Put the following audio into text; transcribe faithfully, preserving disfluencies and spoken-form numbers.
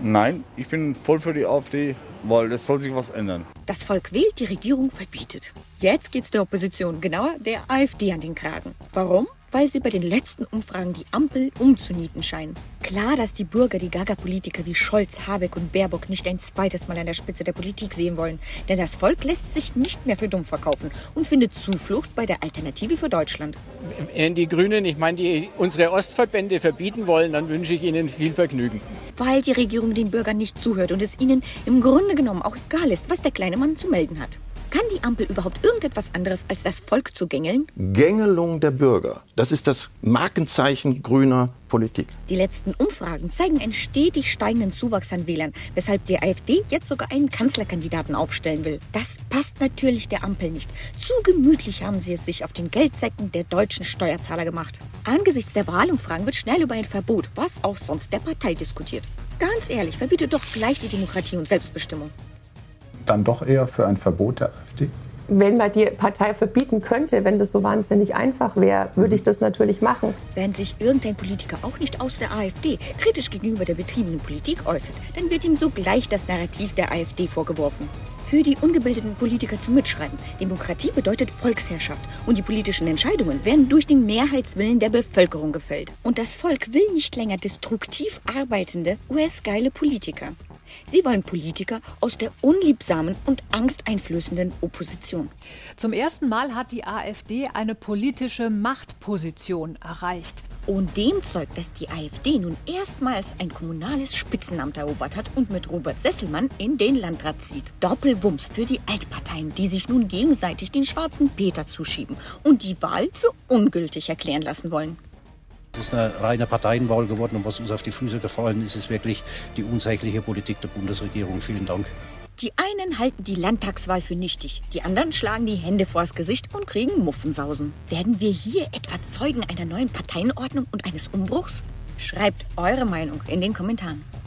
Nein, ich bin voll für die AfD, weil es soll sich was ändern. Das Volk wählt, die Regierung verbietet. Jetzt geht's der Opposition, genauer der AfD an den Kragen. Warum? Weil sie bei den letzten Umfragen die Ampel umzunieten scheinen. Klar, dass die Bürger die Gaga-Politiker wie Scholz, Habeck und Baerbock nicht ein zweites Mal an der Spitze der Politik sehen wollen. Denn das Volk lässt sich nicht mehr für dumm verkaufen und findet Zuflucht bei der Alternative für Deutschland. Wenn die Grünen, ich meine, die unsere Ostverbände verbieten wollen, dann wünsche ich ihnen viel Vergnügen. Weil die Regierung den Bürgern nicht zuhört und es ihnen im Grunde genommen auch egal ist, was der kleine Mann zu melden hat. Kann die Ampel überhaupt irgendetwas anderes als das Volk zu gängeln? Gängelung der Bürger, das ist das Markenzeichen grüner Politik. Die letzten Umfragen zeigen einen stetig steigenden Zuwachs an Wählern, weshalb die AfD jetzt sogar einen Kanzlerkandidaten aufstellen will. Das passt natürlich der Ampel nicht. Zu gemütlich haben sie es sich auf den Geldsäcken der deutschen Steuerzahler gemacht. Angesichts der Wahlumfragen wird schnell über ein Verbot, was auch sonst der Partei diskutiert. Ganz ehrlich, verbietet doch gleich die Demokratie und Selbstbestimmung. Dann doch eher für ein Verbot der AfD? Wenn man die Partei verbieten könnte, wenn das so wahnsinnig einfach wäre, würde ich das natürlich machen. Wenn sich irgendein Politiker auch nicht aus der AfD kritisch gegenüber der betriebenen Politik äußert, dann wird ihm sogleich das Narrativ der AfD vorgeworfen. Für die ungebildeten Politiker zum Mitschreiben: Demokratie bedeutet Volksherrschaft und die politischen Entscheidungen werden durch den Mehrheitswillen der Bevölkerung gefällt. Und das Volk will nicht länger destruktiv arbeitende, U S-geile Politiker. Sie wollen Politiker aus der unliebsamen und angsteinflößenden Opposition. Zum ersten Mal hat die AfD eine politische Machtposition erreicht. Und dem zeugt, dass die AfD nun erstmals ein kommunales Spitzenamt erobert hat und mit Robert Sesselmann in den Landrat zieht. Doppelwumms für die Altparteien, die sich nun gegenseitig den schwarzen Peter zuschieben und die Wahl für ungültig erklären lassen wollen. Es ist eine reine Parteienwahl geworden und was uns auf die Füße gefallen ist, ist wirklich die unsägliche Politik der Bundesregierung. Vielen Dank. Die einen halten die Landtagswahl für nichtig, die anderen schlagen die Hände vors Gesicht und kriegen Muffensausen. Werden wir hier etwa Zeugen einer neuen Parteienordnung und eines Umbruchs? Schreibt eure Meinung in den Kommentaren.